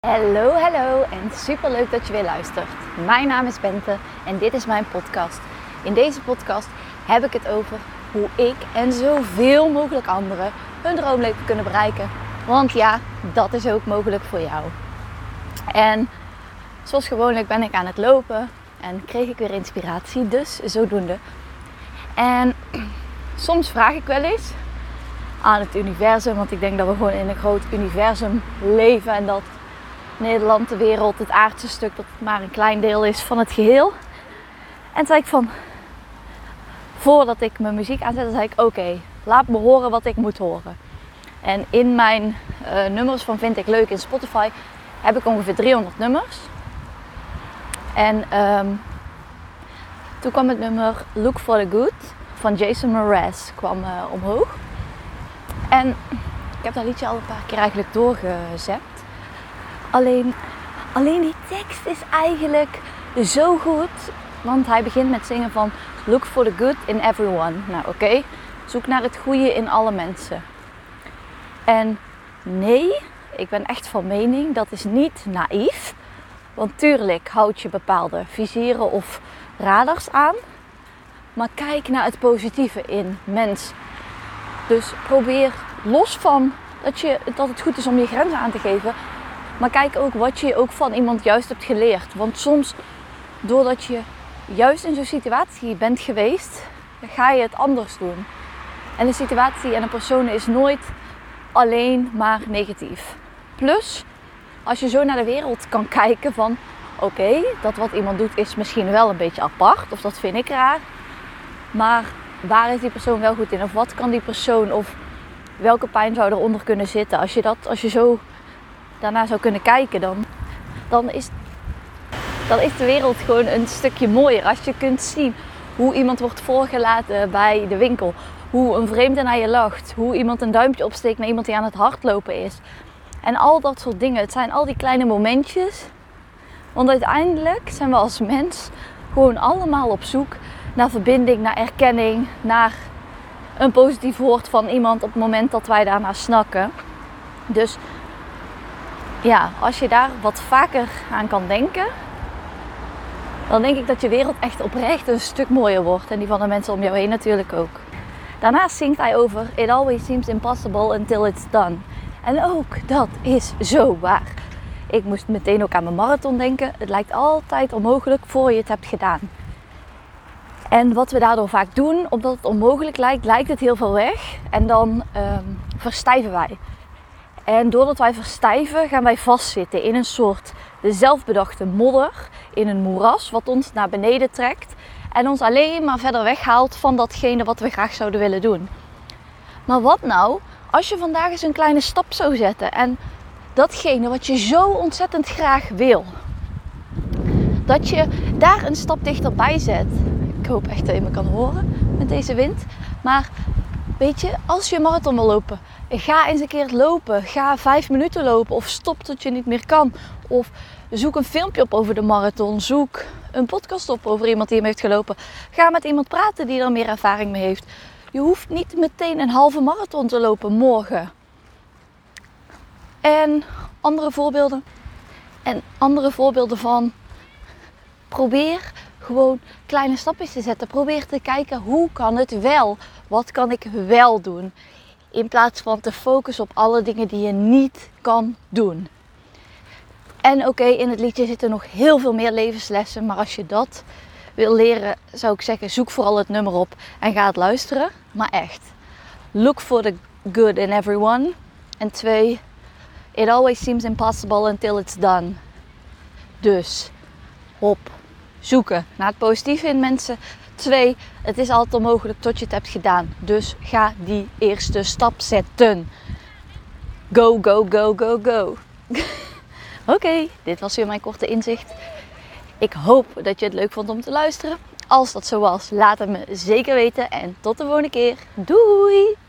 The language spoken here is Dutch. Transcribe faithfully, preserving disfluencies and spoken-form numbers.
Hallo, hallo en super leuk dat je weer luistert. Mijn naam is Bente en dit is mijn podcast. In deze podcast heb ik het over hoe ik en zoveel mogelijk anderen hun droomleven kunnen bereiken. Want ja, dat is ook mogelijk voor jou. En zoals gewoonlijk ben ik aan het lopen en kreeg ik weer inspiratie, dus zodoende. En soms vraag ik wel eens aan het universum, want ik denk dat we gewoon in een groot universum leven en dat Nederland, de wereld, het aardse stuk, dat het maar een klein deel is van het geheel. En toen zei ik van, voordat ik mijn muziek aanzette, zei ik oké, okay, laat me horen wat ik moet horen. En in mijn uh, nummers van Vind ik Leuk in Spotify heb ik ongeveer driehonderd nummers. En um, toen kwam het nummer Look for the Good van Jason Mraz kwam uh, omhoog. En ik heb dat liedje al een paar keer eigenlijk doorgezet. Alleen, alleen die tekst is eigenlijk zo goed. Want hij begint met zingen van Look for the good in everyone. Nou oké, okay. Zoek naar het goede in alle mensen. En nee, ik ben echt van mening, dat is niet naïef. Want tuurlijk houd je bepaalde visieren of radars aan. Maar kijk naar het positieve in mens. Dus probeer los van dat, je, dat het goed is om je grenzen aan te geven. Maar kijk ook wat je ook van iemand juist hebt geleerd. Want soms, doordat je juist in zo'n situatie bent geweest, ga je het anders doen. En een situatie en een persoon is nooit alleen maar negatief. Plus, als je zo naar de wereld kan kijken van, oké, okay, dat wat iemand doet is misschien wel een beetje apart. Of dat vind ik raar. Maar waar is die persoon wel goed in? Of wat kan die persoon? Of welke pijn zou eronder kunnen zitten? Als je, dat, als je zo daarna zou kunnen kijken, dan, dan, is, dan is de wereld gewoon een stukje mooier. Als je kunt zien hoe iemand wordt voorgelaten bij de winkel. Hoe een vreemde naar je lacht. Hoe iemand een duimpje opsteekt naar iemand die aan het hardlopen is. En al dat soort dingen. Het zijn al die kleine momentjes. Want uiteindelijk zijn we als mens gewoon allemaal op zoek naar verbinding, naar erkenning, naar een positief woord van iemand op het moment dat wij daarnaar snakken. Dus ja, als je daar wat vaker aan kan denken, dan denk ik dat je wereld echt oprecht een stuk mooier wordt. En die van de mensen om jou heen natuurlijk ook. Daarnaast zingt hij over It always seems impossible until it's done. En ook dat is zo waar. Ik moest meteen ook aan mijn marathon denken. Het lijkt altijd onmogelijk voor je het hebt gedaan. En wat we daardoor vaak doen, omdat het onmogelijk lijkt, lijkt het heel veel weg. En dan um, verstijven wij. En doordat wij verstijven, gaan wij vastzitten in een soort zelfbedachte modder. In een moeras wat ons naar beneden trekt. En ons alleen maar verder weghaalt van datgene wat we graag zouden willen doen. Maar wat nou als je vandaag eens een kleine stap zou zetten. En datgene wat je zo ontzettend graag wil. Dat je daar een stap dichterbij zet. Ik hoop echt dat je me kan horen met deze wind. Maar weet je, als je een marathon wil lopen, ga eens een keer lopen. Ga vijf minuten lopen of stop tot je niet meer kan. Of zoek een filmpje op over de marathon. Zoek een podcast op over iemand die hem heeft gelopen. Ga met iemand praten die er meer ervaring mee heeft. Je hoeft niet meteen een halve marathon te lopen morgen. En andere voorbeelden. En andere voorbeelden van probeer gewoon kleine stapjes te zetten. Probeer te kijken hoe kan het wel. Wat kan ik wel doen? In plaats van te focussen op alle dingen die je niet kan doen. En oké, okay, in het liedje zitten nog heel veel meer levenslessen. Maar als je dat wil leren, zou ik zeggen, zoek vooral het nummer op en ga het luisteren. Maar echt, look for the good in everyone. En twee, it always seems impossible until it's done. Dus, op zoeken naar het positieve in mensen. Twee, het is altijd onmogelijk tot je het hebt gedaan. Dus ga die eerste stap zetten. Go, go, go, go, go. Oké, okay, dit was weer mijn korte inzicht. Ik hoop dat je het leuk vond om te luisteren. Als dat zo was, laat het me zeker weten. En tot de volgende keer. Doei!